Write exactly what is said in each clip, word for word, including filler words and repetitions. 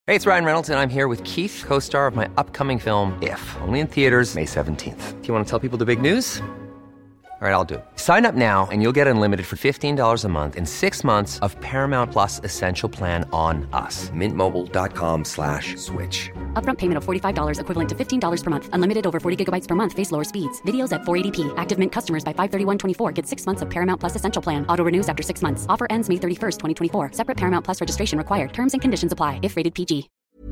Hey, it's Ryan Reynolds, and I'm here with Keith, co-star of my upcoming film, If, only in theaters May seventeenth. Do you want to tell people the big news? All right, I'll do it. Sign up now and you'll get unlimited for fifteen dollars a month and six months of Paramount Plus Essential Plan on us. Mint Mobile dot com slash switch. Upfront payment of forty-five dollars equivalent to fifteen dollars per month. Unlimited over forty gigabytes per month. Face lower speeds. Videos at four eighty p. Active Mint customers by five thirty-one twenty-four get six months of Paramount Plus Essential Plan. Auto renews after six months. Offer ends May thirty-first, twenty twenty-four. Separate Paramount Plus registration required. Terms and conditions apply if rated P G.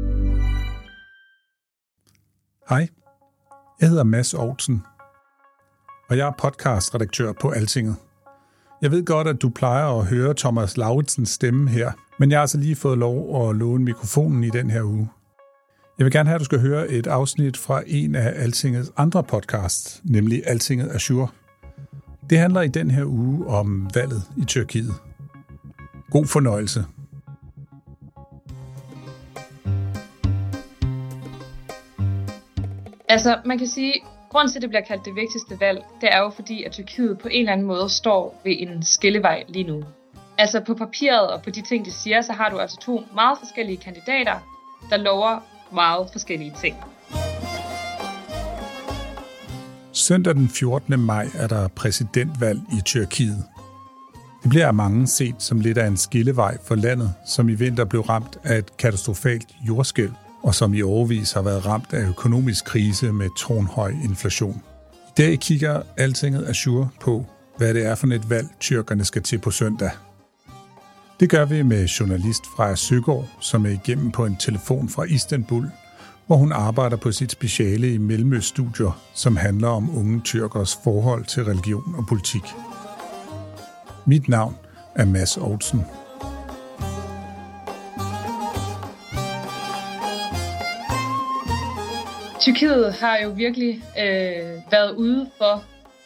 Hej, jeg hedder Mads Aarhusen, og jeg er podcastredaktør på Altinget. Jeg ved godt, at du plejer at høre Thomas Lauritzens stemme her, men jeg har altså lige fået lov at låne mikrofonen i den her uge. Jeg vil gerne have, at du skal høre et afsnit fra en af Altingets andre podcasts, nemlig Altinget Azure. Det handler i den her uge om valget i Tyrkiet. God fornøjelse. Altså, man kan sige, at grunden til, at det bliver kaldt det vigtigste valg, det er jo fordi, at Tyrkiet på en eller anden måde står ved en skillevej lige nu. Altså på papiret og på de ting, de siger, så har du altså to meget forskellige kandidater, der lover meget forskellige ting. Søndag den fjortende maj er der præsidentvalg i Tyrkiet. Det bliver af mange set som lidt af en skillevej for landet, som i vinter blev ramt af et katastrofalt jordskælv, og som i årevis har været ramt af økonomisk krise med tårnhøj inflation. I dag kigger Altinget Azure på, hvad det er for et valg, tyrkerne skal til på søndag. Det gør vi med journalist Freja Søgaard, som er igennem på en telefon fra Istanbul, hvor hun arbejder på sit speciale i Mellemøststudier, som handler om unge tyrkers forhold til religion og politik. Mit navn er Mads Aarhusen. Tyrkiet har jo virkelig øh, været ude for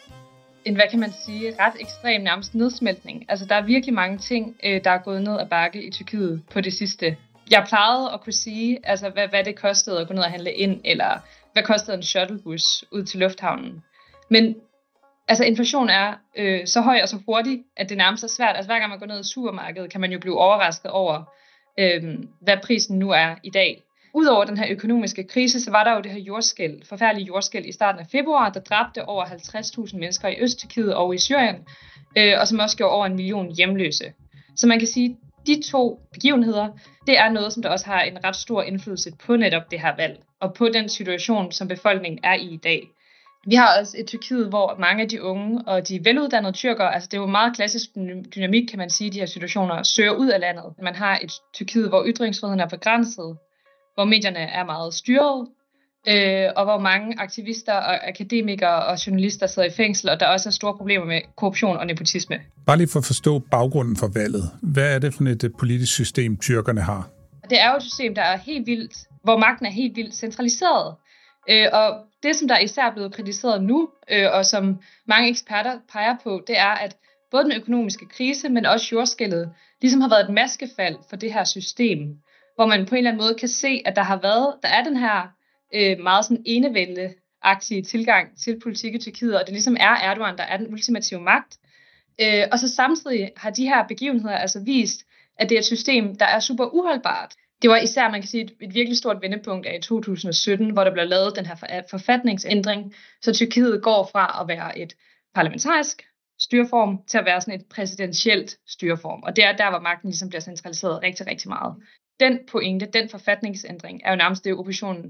en, hvad kan man sige, ret ekstrem nærmest nedsmeltning. Altså der er virkelig mange ting, øh, der er gået ned ad bakke i Tyrkiet på det sidste. Jeg plejede at kunne sige, altså hvad, hvad det kostede at gå ned og handle ind, eller hvad kostede en shuttlebus ud til lufthavnen. Men altså inflation er øh, så høj og så hurtig, at det nærmest er svært. Altså hver gang man går ned i supermarkedet, kan man jo blive overrasket over, øh, hvad prisen nu er i dag. Udover den her økonomiske krise, så var der jo det her jordskælv, forfærdelige jordskælv i starten af februar, der dræbte over halvtreds tusind mennesker i Øst-Tyrkiet og i Syrien, øh, og som også gjorde over en million hjemløse. Så man kan sige, at de to begivenheder, det er noget, som der også har en ret stor indflydelse på netop det her valg, og på den situation, som befolkningen er i i dag. Vi har også et Tyrkiet, hvor mange af de unge og de veluddannede tyrkere, altså det er jo meget klassisk dynamik, kan man sige, de her situationer, søger ud af landet. Man har et Tyrkiet, hvor ytringsfriheden er begrænset, hvor medierne er meget styret, øh, og hvor mange aktivister og akademikere og journalister sidder i fængsel, og der også er store problemer med korruption og nepotisme. Bare lige for at forstå baggrunden for valget. Hvad er det for et politisk system, tyrkerne har? Det er jo et system, der er helt vildt, hvor magten er helt vildt centraliseret. Øh, og det, som der især er blevet kritiseret nu, øh, og som mange eksperter peger på, det er, at både den økonomiske krise, men også jordskælvet, ligesom har været et maskefald for det her system, hvor man på en eller anden måde kan se, at der har været, der er den her øh, meget sådan enevælde-agtige tilgang til politik i Tyrkiet, og det ligesom er Erdogan, der er den ultimative magt. Øh, og så samtidig har de her begivenheder altså vist, at det er et system, der er super uholdbart. Det var især, man kan sige, et, et virkelig stort vendepunkt af i to tusind og sytten, hvor der blev lavet den her forfatningsændring, så Tyrkiet går fra at være et parlamentarisk styreform til at være sådan et præsidentielt styreform. Og det er der, hvor magten ligesom bliver centraliseret rigtig, rigtig meget. Den pointe, den forfatningsændring, er jo nærmest det oppositionen,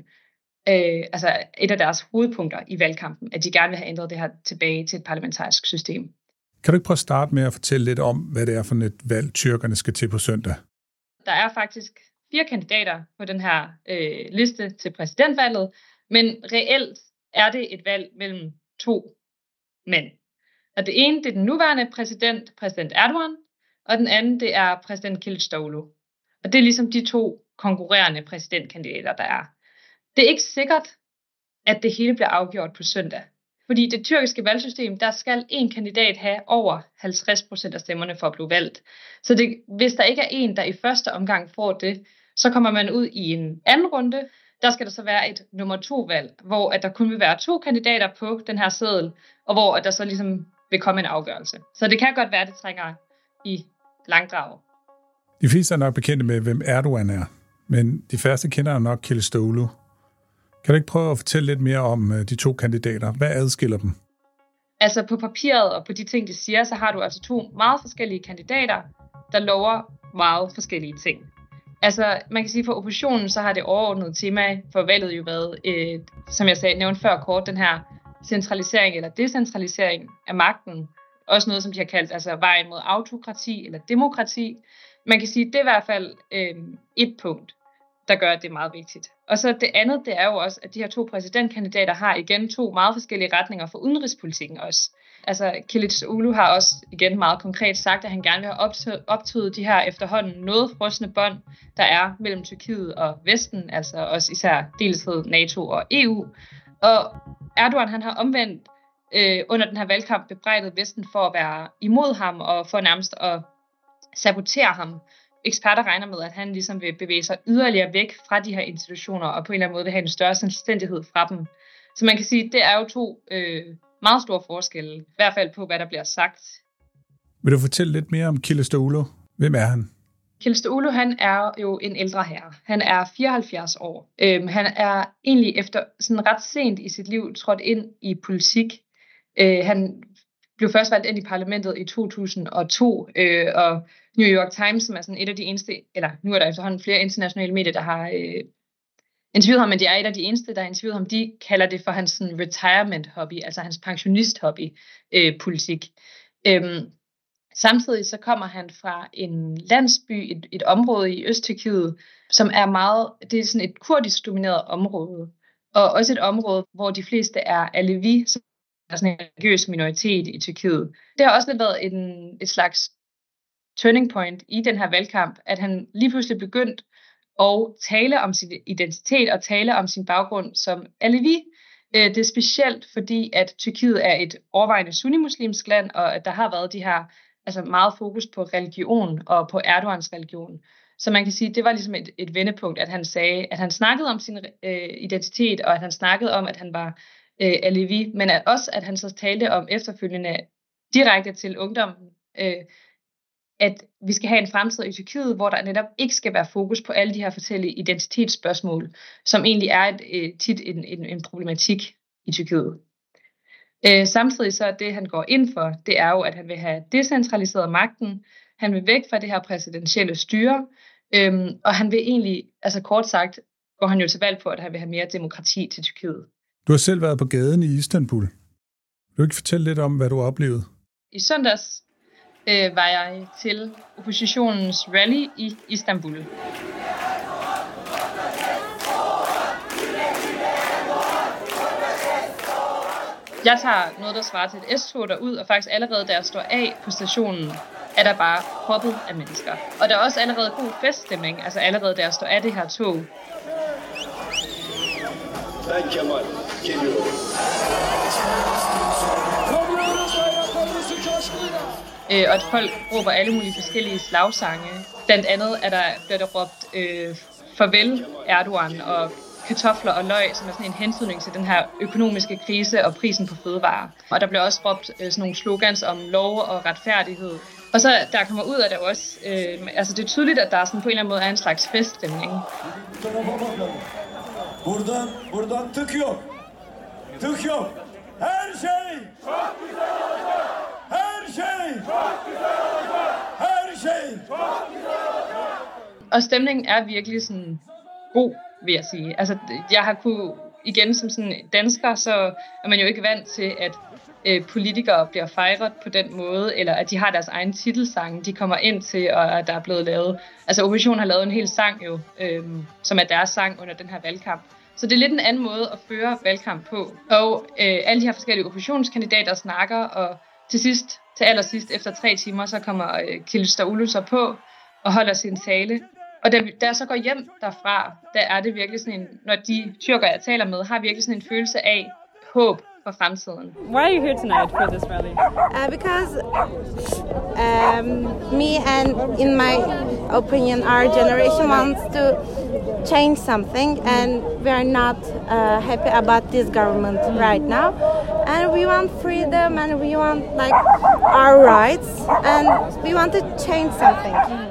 øh, altså et af deres hovedpunkter i valgkampen, at de gerne vil have ændret det her tilbage til et parlamentarisk system. Kan du ikke prøve at starte med at fortælle lidt om, hvad det er for et valg, tyrkerne skal til på søndag? Der er faktisk fire kandidater på den her øh, liste til præsidentvalget, men reelt er det et valg mellem to mænd. Og det ene, det er den nuværende præsident, præsident Erdogan, og den anden, det er præsident Kılıçdaroğlu. Og det er ligesom de to konkurrerende præsidentkandidater, der er. Det er ikke sikkert, at det hele bliver afgjort på søndag. Fordi det tyrkiske valgsystem, der skal en kandidat have over halvtreds procent af stemmerne for at blive valgt. Så det, hvis der ikke er en, der i første omgang får det, så kommer man ud i en anden runde. Der skal der så være et nummer to valg, hvor at der kun vil være to kandidater på den her seddel, og hvor at der så ligesom vil komme en afgørelse. Så det kan godt være, at det trænger i langdrag. De fleste er nok bekendte med, hvem Erdogan er. Men de færreste kender nok Kılıçdaroğlu. Kan du ikke prøve at fortælle lidt mere om de to kandidater? Hvad adskiller dem? Altså på papiret og på de ting, de siger, så har du altså to meget forskellige kandidater, der lover meget forskellige ting. Altså man kan sige, for oppositionen, så har det overordnede tema for valget jo været, øh, som jeg sagde, nævnt før kort, den her centralisering eller decentralisering af magten. Også noget, som de har kaldt altså vejen mod autokrati eller demokrati. Man kan sige, det er i hvert fald øh, et punkt, der gør, at det er meget vigtigt. Og så det andet, det er jo også, at de her to præsidentkandidater har igen to meget forskellige retninger for udenrigspolitikken også. Altså Kılıçdaroğlu har også igen meget konkret sagt, at han gerne vil have optydet de her efterhånden noget frosne bånd, der er mellem Tyrkiet og Vesten, altså også især deltid NATO og E U. Og Erdogan, han har omvendt øh, under den her valgkamp bebrejdet Vesten for at være imod ham og for nærmest at sabotere ham. Eksperter regner med, at han ligesom vil bevæge sig yderligere væk fra de her institutioner og på en eller anden måde vil have en større selvstændighed fra dem. Så man kan sige, at det er jo to øh, meget store forskelle, i hvert fald på, hvad der bliver sagt. Vil du fortælle lidt mere om Kılıçdaroğlu? Hvem er han? Kılıçdaroğlu, han er jo en ældre herre. Han er fireoghalvfjerds år. Øhm, han er egentlig efter sådan ret sent i sit liv trådt ind i politik. Øh, han blev først valgt ind i parlamentet i to tusind og to, øh, og New York Times, som er sådan et af de eneste, eller nu er der efterhånden flere internationale medier, der har øh, interviewet ham, men det er et af de eneste, der har interviewet ham, de kalder det for hans sådan, retirement hobby, altså hans pensionist hobby øh, politik. Øhm, samtidig så kommer han fra en landsby, et, et område i Østtyrkiet, som er meget, det er sådan et kurdisk domineret område, og også et område, hvor de fleste er alevi, som er sådan en religiøs minoritet i Tyrkiet. Det har også lidt været en, et slags turning point i den her valgkamp, at han lige pludselig begyndt at tale om sin identitet og tale om sin baggrund som alevi. Det er specielt, fordi at Tyrkiet er et overvejende sunnimuslimsk land, og at der har været de her altså meget fokus på religion og på Erdogans religion. Så man kan sige, at det var ligesom et, et vendepunkt, at han sagde, at han snakkede om sin øh, identitet, og at han snakkede om, at han var øh, alevi, men at også, at han så talte om efterfølgende direkte til ungdommen, øh, at vi skal have en fremtid i Tyrkiet, hvor der netop ikke skal være fokus på alle de her forskellige identitetsspørgsmål, som egentlig er et, et, tit en, en, en problematik i Tyrkiet. Øh, samtidig så det, han går ind for, det er jo, at han vil have decentraliseret magten, han vil væk fra det her præsidentielle styre, øhm, og han vil egentlig, altså kort sagt, går han jo til valg på, at han vil have mere demokrati til Tyrkiet. Du har selv været på gaden i Istanbul. Vil du ikke fortælle lidt om, hvad du oplevede? I søndags øh, var jeg til oppositionens rally i Istanbul. Jeg tager noget, der svarer til et S-tog derud, og faktisk allerede da jeg står af på stationen, er der bare proppet af mennesker. Og der er også allerede god feststemning, altså allerede da jeg står af det her tog. Øh, og at folk råber alle mulige forskellige slagsange. Blandt andet er der, bliver der råbt øh, farvel Erdogan og kartofler og løg, som er sådan en hentydning til den her økonomiske krise og prisen på fødevarer. Og der bliver også råbt øh, sådan nogle slogans om lov og retfærdighed. Og så der kommer ud af det også, øh, altså det er tydeligt, at der sådan på en eller anden måde er en slags feststemning. Buradan, buradan tık yok. Tık yok. Her şey çok güzel olacak. Her şey çok güzel olacak. Her şey çok güzel olacak. Og stemningen er virkelig sådan god, vil jeg sige. Altså, jeg har kunne, igen som sådan dansker, så er man jo ikke vant til, at øh, politikere bliver fejret på den måde, eller at de har deres egen titelsange, de kommer ind til, og at der er blevet lavet. Altså, oppositionen har lavet en hel sang jo, øh, som er deres sang under den her valgkamp. Så det er lidt en anden måde at føre valgkamp på. Og øh, alle de her forskellige oppositionskandidater snakker, og til sidst, til allersidst, efter tre timer, så kommer øh, Kılıçdaroğlu så på og holder sin tale. Og da, da jeg så går hjem derfra, der er det virkelig sådan en, når de tyrker, jeg taler med, har virkelig sådan en følelse af håb for fremtiden. Why are you here tonight for this rally? Uh, because um, me and, in my opinion, our generation wants to change something, and we are not uh, happy about this government right now. And we want freedom, and we want like our rights, and we want to change something.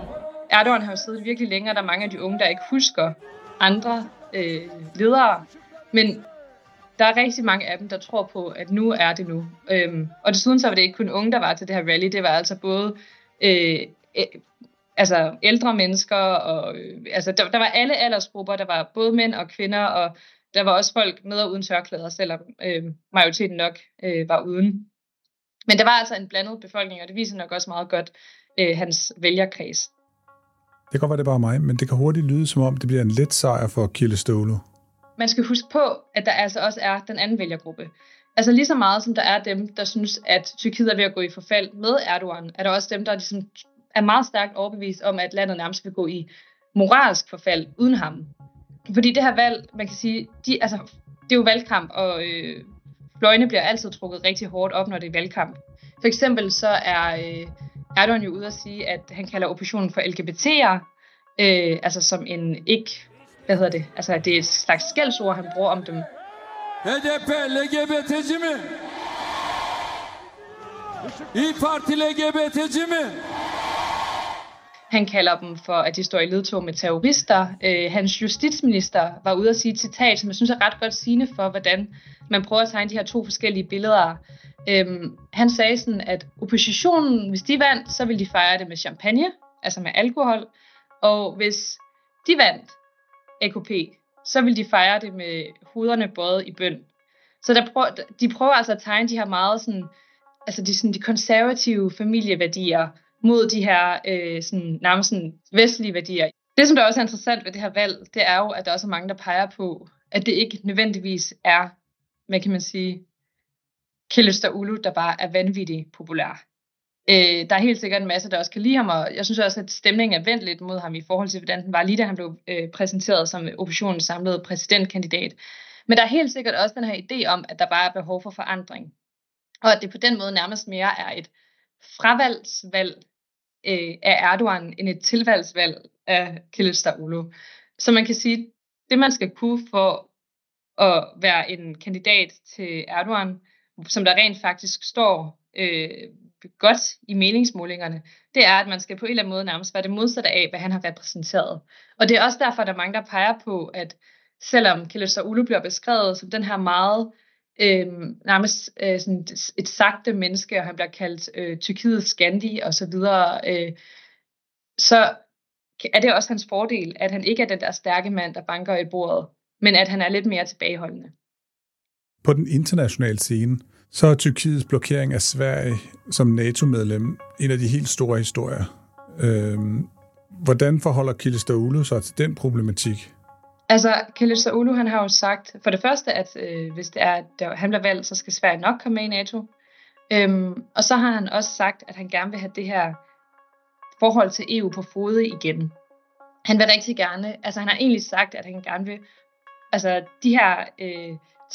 Erdogan har jo siddet virkelig længe, og der er mange af de unge, der ikke husker andre øh, ledere. Men der er rigtig mange af dem, der tror på, at nu er det nu. Øhm, og desuden så var det ikke kun unge, der var til det her rally. Det var altså både øh, øh, altså ældre mennesker, og øh, altså der, der var alle aldersgrupper. Der var både mænd og kvinder, og der var også folk med og uden tørklæder, selvom øh, majoriteten nok øh, var uden. Men der var altså en blandet befolkning, og det viser nok også meget godt øh, hans vælgerkreds. Det kan godt være, det er bare mig, men det kan hurtigt lyde, som om det bliver en let sejr for Kılıçdaroğlu. Man skal huske på, at der altså også er den anden vælgergruppe. Altså lige så meget som der er dem, der synes, at Tyrkiet er ved at gå i forfald med Erdogan, er der også dem, der ligesom er meget stærkt overbevist om, at landet nærmest vil gå i moralsk forfald uden ham. Fordi det her valg, man kan sige, de, altså, det er jo valgkamp, og øh, fløjene bliver altid trukket rigtig hårdt op, når det er valgkamp. For eksempel så er øh, Erdogan jo ude at sige, at han kalder oppositionen for L G B T'er, øh, altså som en ikke, hvad hedder det, altså det er et slags skældsord, han bruger om dem. H D P L G B T'ci mi? İYİ Parti L G B T'ci mi? Han kalder dem for, at de står i ledtog med terrorister. Øh, hans justitsminister var ude at sige et citat, som jeg synes er ret godt sigende for, hvordan man prøver at tegne de her to forskellige billeder. Øhm, han sagde sådan, at oppositionen, hvis de vandt, så ville de fejre det med champagne, altså med alkohol. Og hvis de vandt, A K P, så ville de fejre det med hovederne bøjet i bøn. Så der prøver, de prøver altså at tegne de her meget sådan, altså de, sådan, de konservative familieværdier mod de her øh, sådan, nærmest sådan vestlige værdier. Det, som der også er interessant ved det her valg, det er jo, at der også er mange, der peger på, at det ikke nødvendigvis er, hvad kan man sige, Kılıçdaroğlu, der bare er vanvittigt populær. Øh, der er helt sikkert en masse, der også kan lide ham, og jeg synes også, at stemningen er vendt lidt mod ham i forhold til, hvordan den var lige da han blev øh, præsenteret som oppositionens samlede præsidentkandidat. Men der er helt sikkert også den her idé om, at der bare er behov for forandring. Og at det på den måde nærmest mere er et fravalgsvalg øh, af Erdogan end et tilvalgsvalg af Kılıçdaroğlu. Så man kan sige, det man skal kunne for at være en kandidat til Erdogan, som der rent faktisk står øh, godt i meningsmålingerne, det er, at man skal på en eller anden måde nærmest være det modsatte af, hvad han har repræsenteret. Og det er også derfor, at der er mange, der peger på, at selvom Kılıçdaroğlu bliver beskrevet som den her meget øh, nærmest øh, sådan et sagte menneske, og han bliver kaldt øh, Tyrkiets Gandhi og så videre, øh, så er det også hans fordel, at han ikke er den der stærke mand, der banker i bordet, men at han er lidt mere tilbageholdende. På den internationale scene, så er Tyrkiets blokering af Sverige som NATO-medlem en af de helt store historier. Øhm, hvordan forholder Kılıçdaroğlu sig til den problematik? Altså, Kılıçdaroğlu, han har jo sagt, for det første, at øh, hvis det er, at han bliver valgt, så skal Sverige nok komme med i NATO. Øhm, og så har han også sagt, at han gerne vil have det her forhold til E U på fode igen. Han vil rigtig gerne, altså han har egentlig sagt, at han gerne vil, altså de her øh,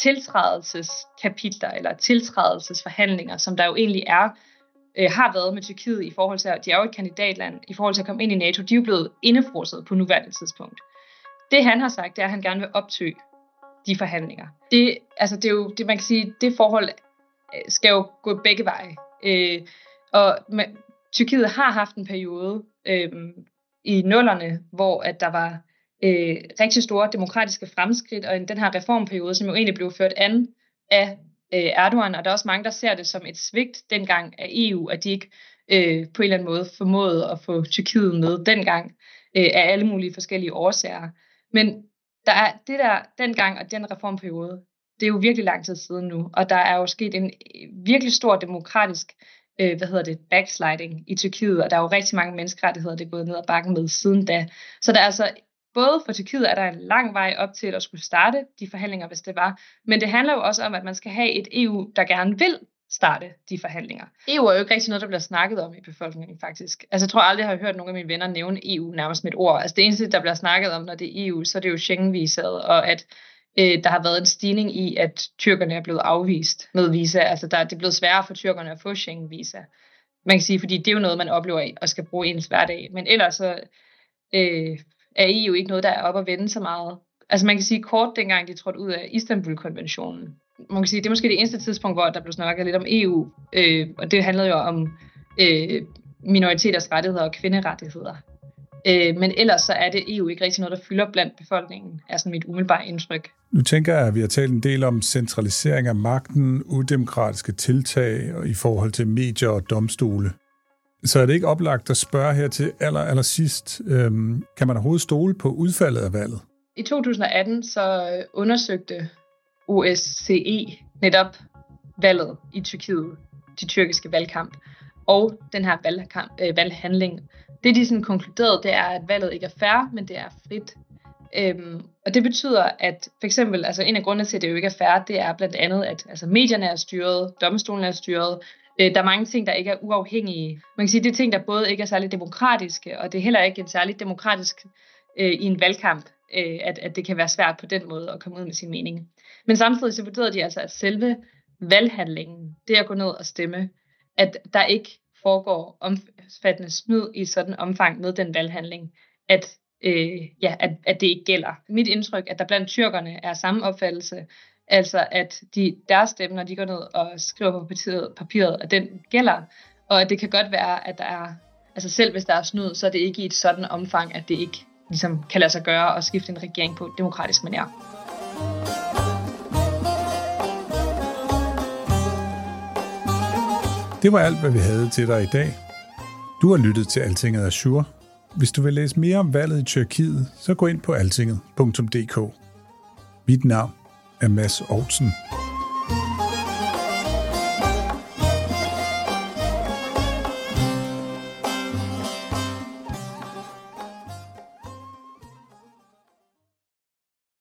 tiltrædelseskapitler, eller tiltrædelsesforhandlinger, som der jo egentlig er, øh, har været med Tyrkiet i forhold til, at de er jo et kandidatland, i forhold til at komme ind i NATO, de er jo blevet indefrosset på nuværende tidspunkt. Det han har sagt, det er, at han gerne vil optøge de forhandlinger. Det, altså det er jo, det man kan sige, det forhold skal jo gå begge veje. Øh, og man, Tyrkiet har haft en periode øh, i nullerne, hvor at der var øh, rigtig store demokratiske fremskridt, og den her reformperiode, som jo egentlig blev ført an af øh, Erdogan, og der er også mange, der ser det som et svigt dengang af E U, at de ikke øh, på en eller anden måde formåede at få Tyrkiet med dengang, øh, af alle mulige forskellige årsager. Men der er det der dengang og den reformperiode, det er jo virkelig lang tid siden nu, og der er jo sket en virkelig stor demokratisk øh, hvad hedder det, backsliding i Tyrkiet, og der er jo rigtig mange menneskerettigheder, det er gået ned ad bakken med siden da. Så der er altså, både for Tyrkiet er der en lang vej op til at skulle starte de forhandlinger, hvis det var, men det handler jo også om, at man skal have et E U, der gerne vil starte de forhandlinger. E U er jo ikke rigtig noget, der bliver snakket om i befolkningen faktisk. Altså jeg tror aldrig, jeg har hørt nogle af mine venner nævne E U nærmest med et ord. Altså det eneste, der bliver snakket om, når det er E U, så er det jo Schengen-visaet, og at øh, der har været en stigning i, at tyrkerne er blevet afvist med visa. Altså der, det er blevet sværere for tyrkerne at få Schengen-visa. Man kan sige, fordi det er jo noget, man oplever og skal bruge i ens hverdag. Men ellers så øh, er E U ikke noget, der er op at vende så meget. Altså man kan sige kort dengang, de trådte ud af Istanbul-konventionen. Man kan sige, det er måske det eneste tidspunkt, hvor der blev snakket lidt om E U, øh, og det handlede jo om øh, minoriteters rettigheder og kvinderettigheder. Øh, men ellers så er det E U ikke rigtig noget, der fylder blandt befolkningen, er sådan mit umiddelbare indtryk. Nu tænker jeg, at vi har talt en del om centralisering af magten, udemokratiske tiltag og i forhold til medier og domstole. Så er det ikke oplagt at spørge her til aller, aller sidst, øhm, kan man overhovedet stole på udfaldet af valget? I to tusind atten så undersøgte O S C E netop valget i Tyrkiet, de tyrkiske valgkamp, og den her valgkamp, øh, valghandling. Det, de sådan konkluderede, det er, at valget ikke er fair, men det er frit. Øhm, og det betyder, at for eksempel, altså en af grundene til, at det jo ikke er fair, det er blandt andet, at altså, medierne er styret, domstolene er styret. Øh, der er mange ting, der ikke er uafhængige. Man kan sige, det er ting, der både ikke er særlig demokratiske, og det er heller ikke en særlig demokratisk øh, i en valgkamp, øh, at, at det kan være svært på den måde at komme ud med sin mening. Men samtidig så vurderede de altså, at selve valghandlingen, det at gå ned og stemme, at der ikke foregår omfattende snyd i sådan omfang med den valghandling, at, øh, ja, at, at det ikke gælder. Mit indtryk, at der blandt tyrkerne er samme opfattelse, altså at de, deres stemme, når de går ned og skriver på papiret, papiret, at den gælder, og at det kan godt være, at der er, altså selv hvis der er snyd, så er det ikke i et sådan omfang, at det ikke ligesom kan lade sig gøre at skifte en regering på demokratisk manier. Det var alt, hvad vi havde til dig i dag. Du har lyttet til Altinget Azure. Hvis du vil læse mere om valget i Tyrkiet, så gå ind på altinget punktum d k. Mit navn er Mads Aarhusen.